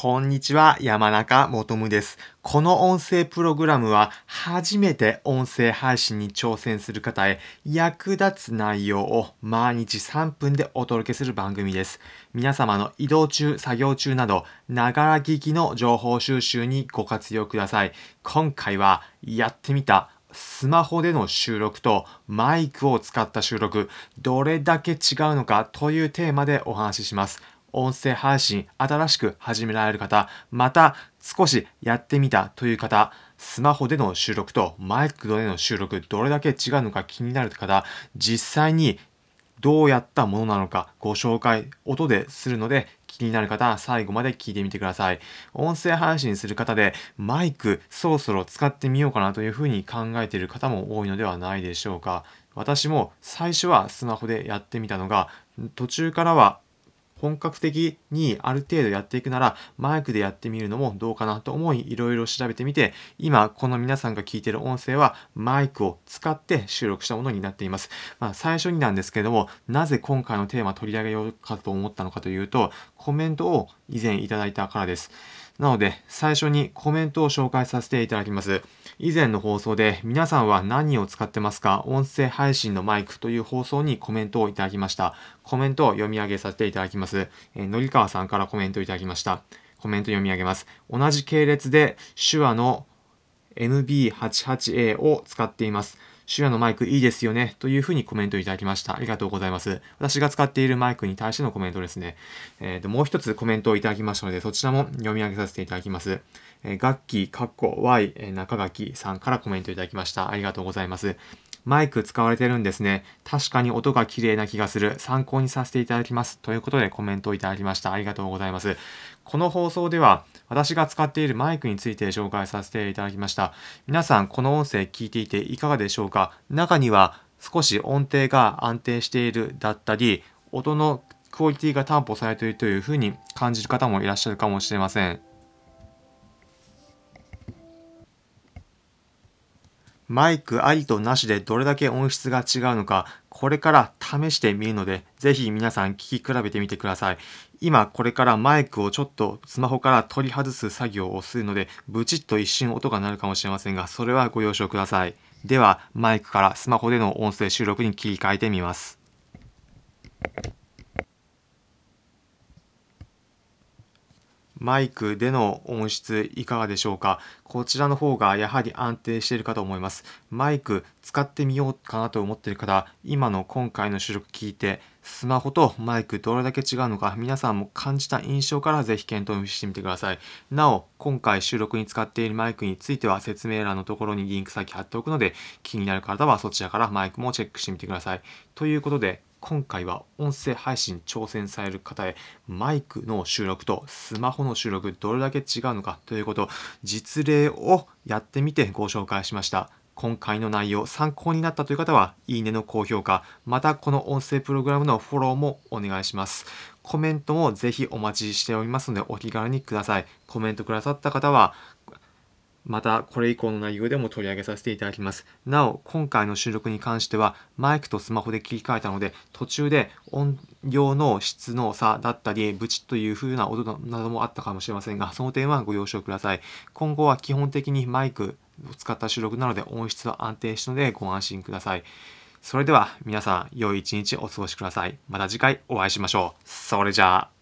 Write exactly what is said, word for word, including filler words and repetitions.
こんにちは、山中もとむです。この音声プログラムは初めて音声配信に挑戦する方へ役立つ内容を毎日さんぷんでお届けする番組です。皆様の移動中、作業中など、ながら聞きの情報収集にご活用ください。今回はやってみたスマホでの収録とマイクを使った収録、どれだけ違うのかというテーマでお話しします。音声配信新しく始められる方、また少しやってみたという方、スマホでの収録とマイクでの収録、どれだけ違うのか気になる方、実際にどうやったものなのかご紹介、音でするので気になる方は最後まで聞いてみてください。音声配信する方でマイクそろそろ使ってみようかなというふうに考えている方も多いのではないでしょうか。私も最初はスマホでやってみたのが、途中からは本格的にある程度やっていくならマイクでやってみるのもどうかなと思いいろいろ調べてみて、今この皆さんが聞いている音声はマイクを使って収録したものになっています。まあ、最初になんですけれども、なぜ今回のテーマ取り上げようかと思ったのかというと、コメントを以前いただいたからです。なので最初にコメントを紹介させていただきます。以前の放送で皆さんは何を使ってますか？音声配信のマイクという放送にコメントをいただきました。コメントを読み上げさせていただきます。えー、のりかわさんからコメントをいただきました。コメント読み上げます。同じ系列で手話の エムビーはちじゅうはちエー を使っています。手話のマイクいいですよねというふうにコメントいただきました。ありがとうございます。私が使っているマイクに対してのコメントですね。えー、ともう一つコメントをいただきましたので、そちらも読み上げさせていただきます。えー、楽器、かっこ Y、えー、中垣さんからコメントいただきました。ありがとうございます。マイク使われてるんですね。確かに音が綺麗な気がする。参考にさせていただきます。ということでコメントをいただきました。ありがとうございます。この放送では私が使っているマイクについて紹介させていただきました。皆さんこの音声聞いていていかがでしょうか？中には少し音程が安定しているだったり、音のクオリティが担保されているというふうに感じる方もいらっしゃるかもしれません。マイクありとなしでどれだけ音質が違うのか、これから試してみるので、ぜひ皆さん聞き比べてみてください。今これからマイクをちょっとスマホから取り外す作業をするので、ブチッと一瞬音が鳴るかもしれませんが、それはご了承ください。では、マイクからスマホでの音声収録に切り替えてみます。マイクでの音質いかがでしょうか？こちらの方がやはり安定しているかと思います。マイク使ってみようかなと思っている方、今の今回の収録聞いて、スマホとマイクどれだけ違うのか、皆さんも感じた印象からぜひ検討してみてください。なお、今回収録に使っているマイクについては説明欄のところにリンク先貼っておくので、気になる方はそちらからマイクもチェックしてみてください。ということで、今回は音声配信挑戦される方へマイクの収録とスマホの収録どれだけ違うのかということ実例をやってみてご紹介しました。今回の内容参考になったという方はいいねの高評価、またこの音声プログラムのフォローもお願いします。コメントもぜひお待ちしておりますのでお気軽にください。コメントくださった方はまたこれ以降の内容でも取り上げさせていただきます。なお、今回の収録に関してはマイクとスマホで切り替えたので、途中で音量の質の差だったり、ブチッという風な音などもあったかもしれませんが、その点はご了承ください。今後は基本的にマイクを使った収録なので音質は安定したのでご安心ください。それでは皆さん良い一日お過ごしください。また次回お会いしましょう。それじゃあ。